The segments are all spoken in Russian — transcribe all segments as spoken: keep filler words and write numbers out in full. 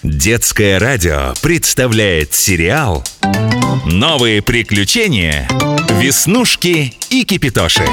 Детское радио представляет сериал «Новые приключения. Веснушки и Кипитоши».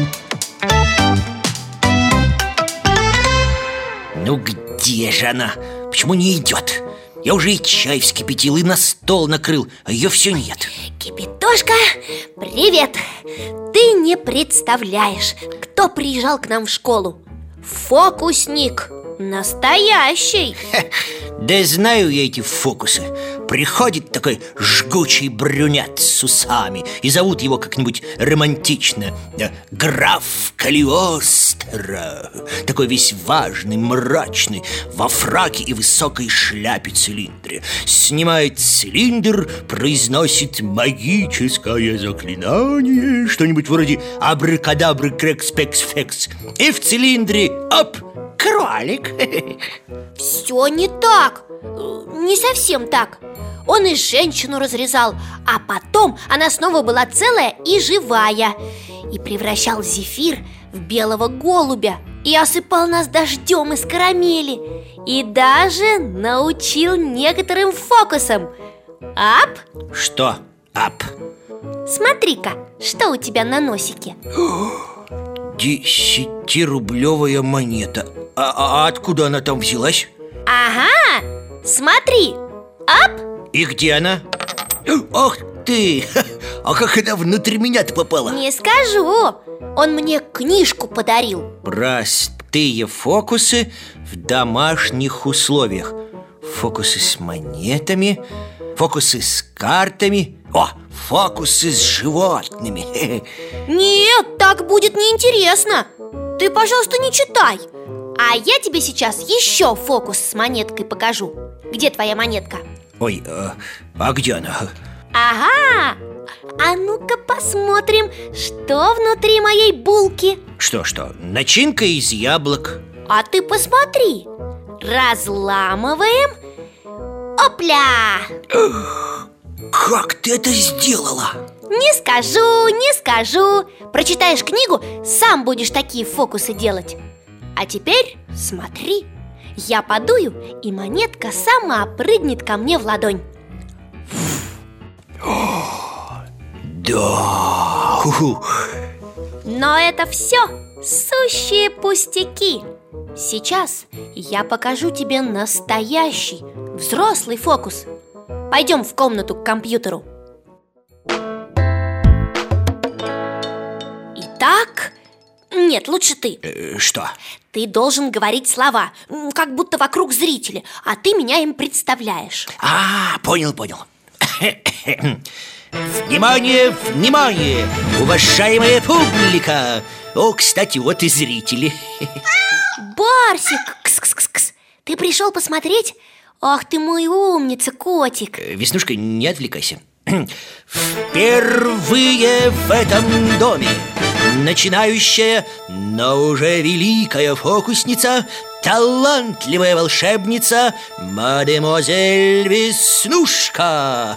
Ну где же она? Почему не идет? Я уже и чай вскипятил, и на стол накрыл, а ее все нет. Кипитошка, привет! Ты не представляешь, кто приезжал к нам в школу. Фокусник, настоящий. Да знаю я эти фокусы. Приходит такой жгучий брюнет с усами, и зовут его как-нибудь романтично граф Калиостро. Такой весь важный, мрачный, во фраке и высокой шляпе-цилиндре. Снимает цилиндр, произносит магическое заклинание, что-нибудь вроде абракадабры крекс-пекс-фекс. И в цилиндре, оп, кролик. Все не так. Не совсем так. Он и женщину разрезал, а потом она снова была целая и живая. И превращал зефир в белого голубя, и осыпал нас дождем из карамели, и даже научил некоторым фокусам. Ап! Что ап? Смотри-ка, что у тебя на носике? Десятирублевая монета. А, а откуда она там взялась? Ага, смотри. Ап! И где она? Ох ты! А как она внутрь меня-то попала? Не скажу. Он мне книжку подарил. Простые фокусы в домашних условиях. Фокусы с монетами, фокусы с картами. О, фокусы с животными. Нет, так будет неинтересно. Ты, пожалуйста, не читай. А я тебе сейчас еще фокус с монеткой покажу. Где твоя монетка? Ой, а, а где она? Ага! А ну-ка посмотрим, что внутри моей булки. Что-что, начинка из яблок. А ты посмотри. Разламываем. Опля! Как ты это сделала? Не скажу, не скажу. Прочитаешь книгу, сам будешь такие фокусы делать. А теперь смотри. Я подую, и монетка сама прыгнет ко мне в ладонь. Да. Но это все сущие пустяки. Сейчас я покажу тебе настоящий, взрослый фокус. Пойдем в комнату к компьютеру. Итак, нет, лучше ты. э, Что? Ты должен говорить слова, как будто вокруг зрители, а ты меня им представляешь. А, понял, понял. Внимание, внимание, уважаемая публика. О, кстати, вот и зрители. Барсик, кс-кс-кс-кс. Ты пришел посмотреть? Ах ты мой умница, котик. Веснушка, не отвлекайся. Впервые в этом доме начинающая, но уже великая фокусница, талантливая волшебница мадемуазель Веснушка.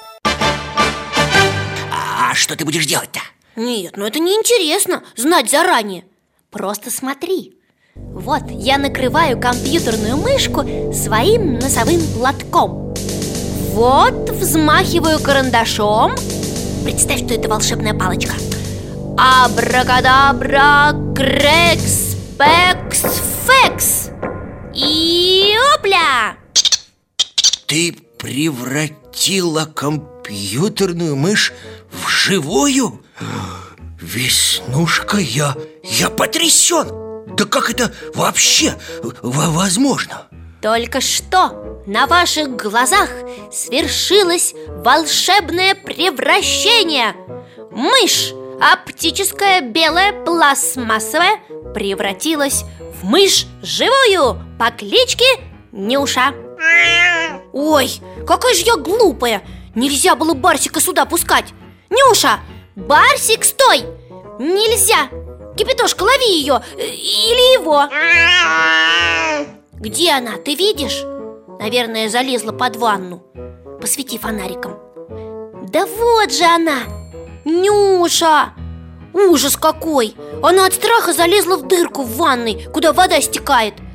А что ты будешь делать-то? Нет, ну это неинтересно знать заранее. Просто смотри. Вот я накрываю компьютерную мышку своим носовым платком. Вот взмахиваю карандашом. Представь, что это волшебная палочка. Абракадабра, крекс, пекс, фекс. И опля! Ты превратила компьютерную мышь в живую? Веснушка, я, я потрясен. Да как это вообще возможно? Только что на ваших глазах свершилось волшебное превращение. Мышь, оптическая белая пластмассовая, превратилась в мышь живую по кличке Нюша. Ой, какая же я глупая. Нельзя было Барсика сюда пускать. Нюша, Барсик, стой! Нельзя! Кипитошка, лови ее! Или его! Где она, ты видишь? Наверное, залезла под ванну. Посвети фонариком. Да вот же она! Нюша! Ужас какой! Она от страха залезла в дырку в ванной, куда вода стекает.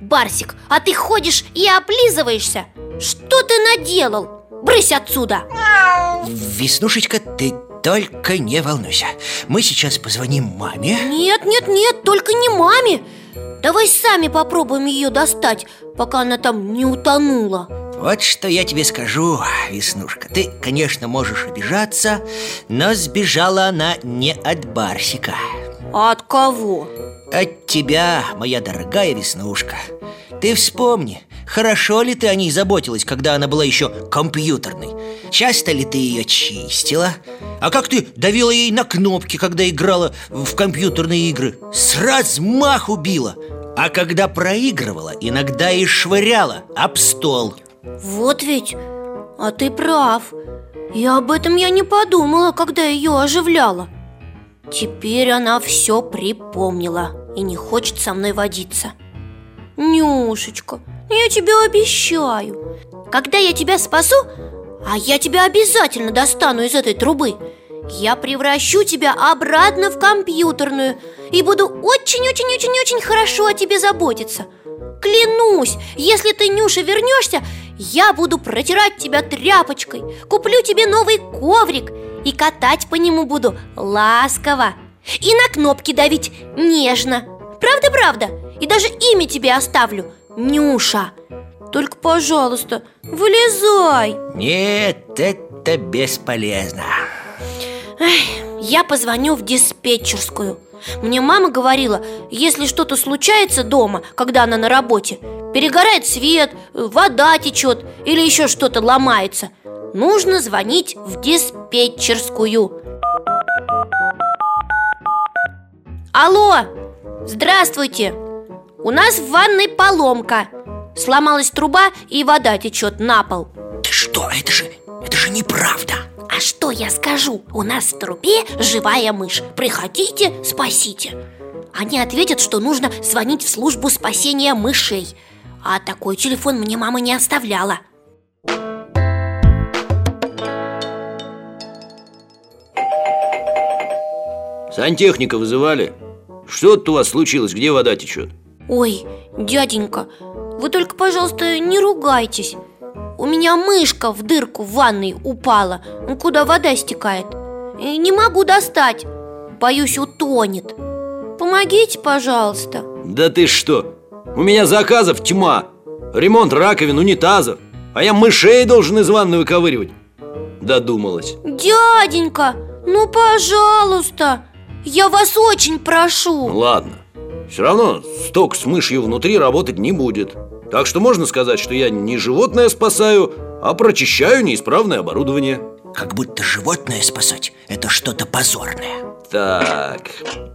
Барсик, а ты ходишь и облизываешься? Что ты наделал? Брысь отсюда! Веснушечка, ты только не волнуйся. Мы сейчас позвоним маме. Нет, нет, нет, только не маме. Давай сами попробуем ее достать, пока она там не утонула. Вот что я тебе скажу, Веснушка. Ты, конечно, можешь обижаться, но сбежала она не от Барсика. А от кого? От тебя, моя дорогая Веснушка. Ты вспомни, хорошо ли ты о ней заботилась, когда она была еще компьютерной? Часто ли ты ее чистила? А как ты давила ей на кнопки, когда играла в компьютерные игры? С размаху била. А когда проигрывала, иногда и швыряла об стол. Вот ведь, а ты прав. И об этом я не подумала, когда ее оживляла. Теперь она все припомнила и не хочет со мной водиться. Нюшечка, я тебе обещаю, когда я тебя спасу, а я тебя обязательно достану из этой трубы, я превращу тебя обратно в компьютерную и буду очень-очень-очень-очень хорошо о тебе заботиться. Клянусь, если ты, Нюша, вернешься, я буду протирать тебя тряпочкой, куплю тебе новый коврик и катать по нему буду ласково, и на кнопки давить нежно. Правда-правда? И даже имя тебе оставлю – Нюша. Только, пожалуйста, вылезай. Нет, это бесполезно. Эх, я позвоню в диспетчерскую. Мне мама говорила, если что-то случается дома, когда она на работе, перегорает свет, вода течет или еще что-то ломается, нужно звонить в диспетчерскую. Алло, здравствуйте. У нас в ванной поломка. Сломалась труба и вода течет на пол. Ты что, это же, это же неправда. А что я скажу? У нас в трубе живая мышь. Приходите, спасите. Они ответят, что нужно звонить в службу спасения мышей. А такой телефон мне мама не оставляла. Сантехника вызывали? Что-то у вас случилось, где вода течет? Ой, дяденька, вы только, пожалуйста, не ругайтесь. У меня мышка в дырку в ванной упала, куда вода стекает. И не могу достать. Боюсь, утонет. Помогите, пожалуйста. Да ты что? У меня заказов тьма. Ремонт раковин, унитазов. А я мышей должен из ванны выковыривать. Додумалась. Дяденька, ну пожалуйста, я вас очень прошу. Ладно. Все равно сток с мышью внутри работать не будет. Так что можно сказать, что я не животное спасаю, а прочищаю неисправное оборудование. Как будто животное спасать – это что-то позорное. Так.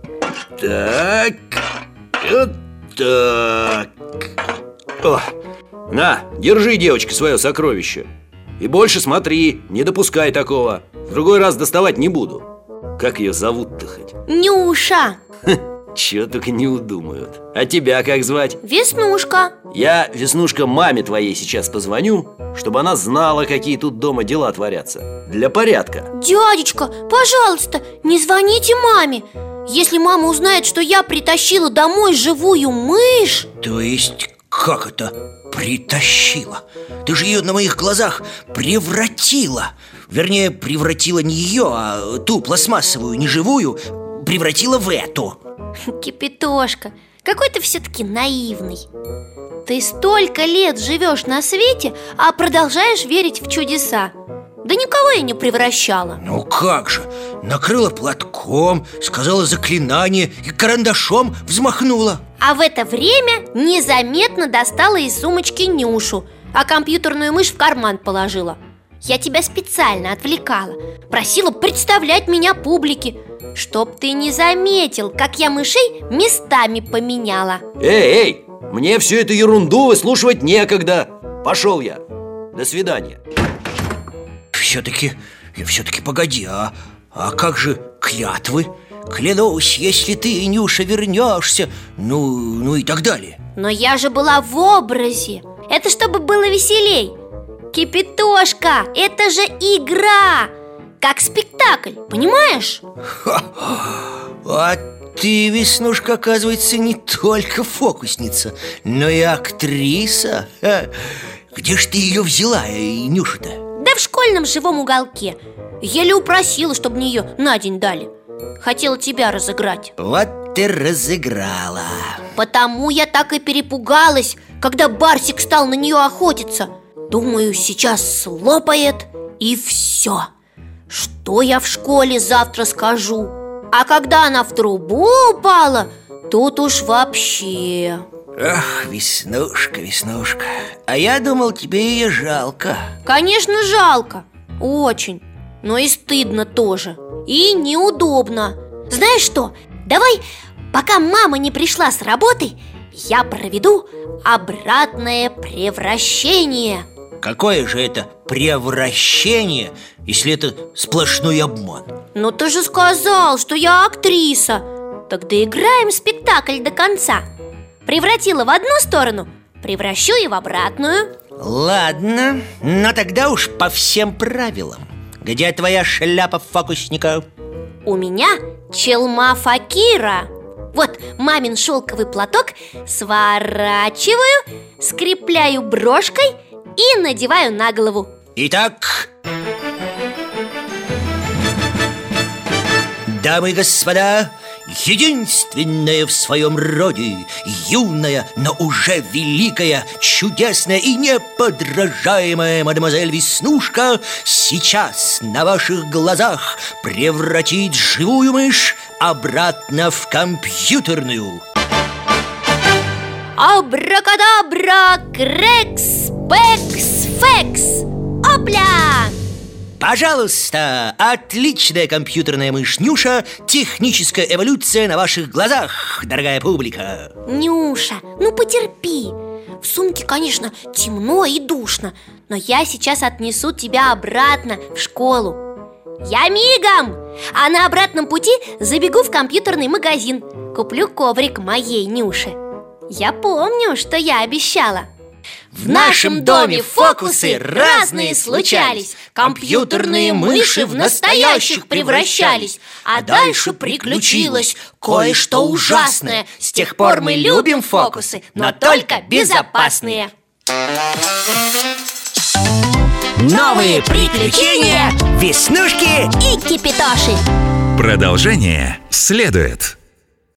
Так. Вот так. О, на, держи, девочка, свое сокровище. И больше смотри, не допускай такого. В другой раз доставать не буду. Как ее зовут-то хоть? Нюша. Чего только не удумают. А тебя как звать? Веснушка. Я, Веснушка, маме твоей сейчас позвоню, чтобы она знала, какие тут дома дела творятся. Для порядка. Дядечка, пожалуйста, не звоните маме. Если мама узнает, что я притащила домой живую мышь... То есть, как это притащила? Ты же ее на моих глазах превратила. Вернее, превратила не ее, а ту пластмассовую, неживую, превратила в эту. Кипятошка, какой ты все-таки наивный. Ты столько лет живешь на свете, а продолжаешь верить в чудеса. Да никого я не превращала. Ну как же, накрыла платком, сказала заклинание и карандашом взмахнула. А в это время незаметно достала из сумочки Нюшу, а компьютерную мышь в карман положила. Я тебя специально отвлекала, просила представлять меня публике, чтоб ты не заметил, как я мышей местами поменяла. Эй, эй, мне всю эту ерунду выслушивать некогда. Пошел я. До свидания. Все-таки, все-таки погоди, а, а как же клятвы? Клянусь, если ты, Нюша, вернешься, ну, ну и так далее. Но я же была в образе. Это чтобы было веселей. Кипятошка, это же игра. Как спектакль, понимаешь? Вот ты, Веснушка, оказывается, не только фокусница, но и актриса. Ха. Где ж ты ее взяла, Нюша-то? Да в школьном живом уголке. Еле упросила, чтобы мне ее на день дали. Хотела тебя разыграть. Вот ты разыграла. Потому я так и перепугалась, когда Барсик стал на нее охотиться. Думаю, сейчас слопает, и все. Что я в школе завтра скажу? А когда она в трубу упала, тут уж вообще... Ах, Веснушка, Веснушка, а я думал, тебе ее жалко. Конечно, жалко, очень. Но и стыдно тоже. И неудобно. Знаешь что, давай, пока мама не пришла с работы, я проведу обратное превращение. Какое же это превращение, если это сплошной обман? Ну ты же сказал, что я актриса. Тогда играем спектакль до конца. Превратила в одну сторону, превращу и в обратную. Ладно, но тогда уж по всем правилам. Где твоя шляпа фокусника? У меня челма факира. Вот мамин шелковый платок сворачиваю, скрепляю брошкой и надеваю на голову. Итак, дамы и господа, единственная в своем роде, юная, но уже великая, чудесная и неподражаемая мадемуазель Веснушка сейчас на ваших глазах превратит живую мышь обратно в компьютерную. Абракадабра, крекс, пекс, фекс. Опля! Пожалуйста, отличная компьютерная мышь Нюша. Техническая эволюция на ваших глазах, дорогая публика. Нюша, ну потерпи. В сумке, конечно, темно и душно, но я сейчас отнесу тебя обратно в школу. Я мигом! А на обратном пути забегу в компьютерный магазин. Куплю коврик моей Нюше. Я помню, что я обещала. В нашем доме фокусы разные случались. Компьютерные мыши в настоящих превращались. А дальше приключилось кое-что ужасное. С тех пор мы любим фокусы, но только безопасные. Новые приключения Веснушки и Кипитоши. Продолжение следует.